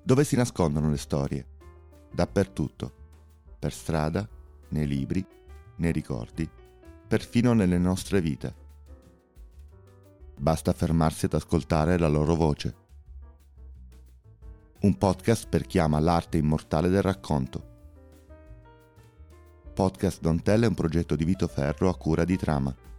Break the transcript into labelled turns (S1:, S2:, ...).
S1: Dove si nascondono le storie? Dappertutto. Per strada, nei libri, nei ricordi, perfino nelle nostre vite. Basta fermarsi ad ascoltare la loro voce. Un podcast per chi ama l'arte immortale del racconto. Podcast Don't Tell è un progetto di Vito Ferro a cura di Trama.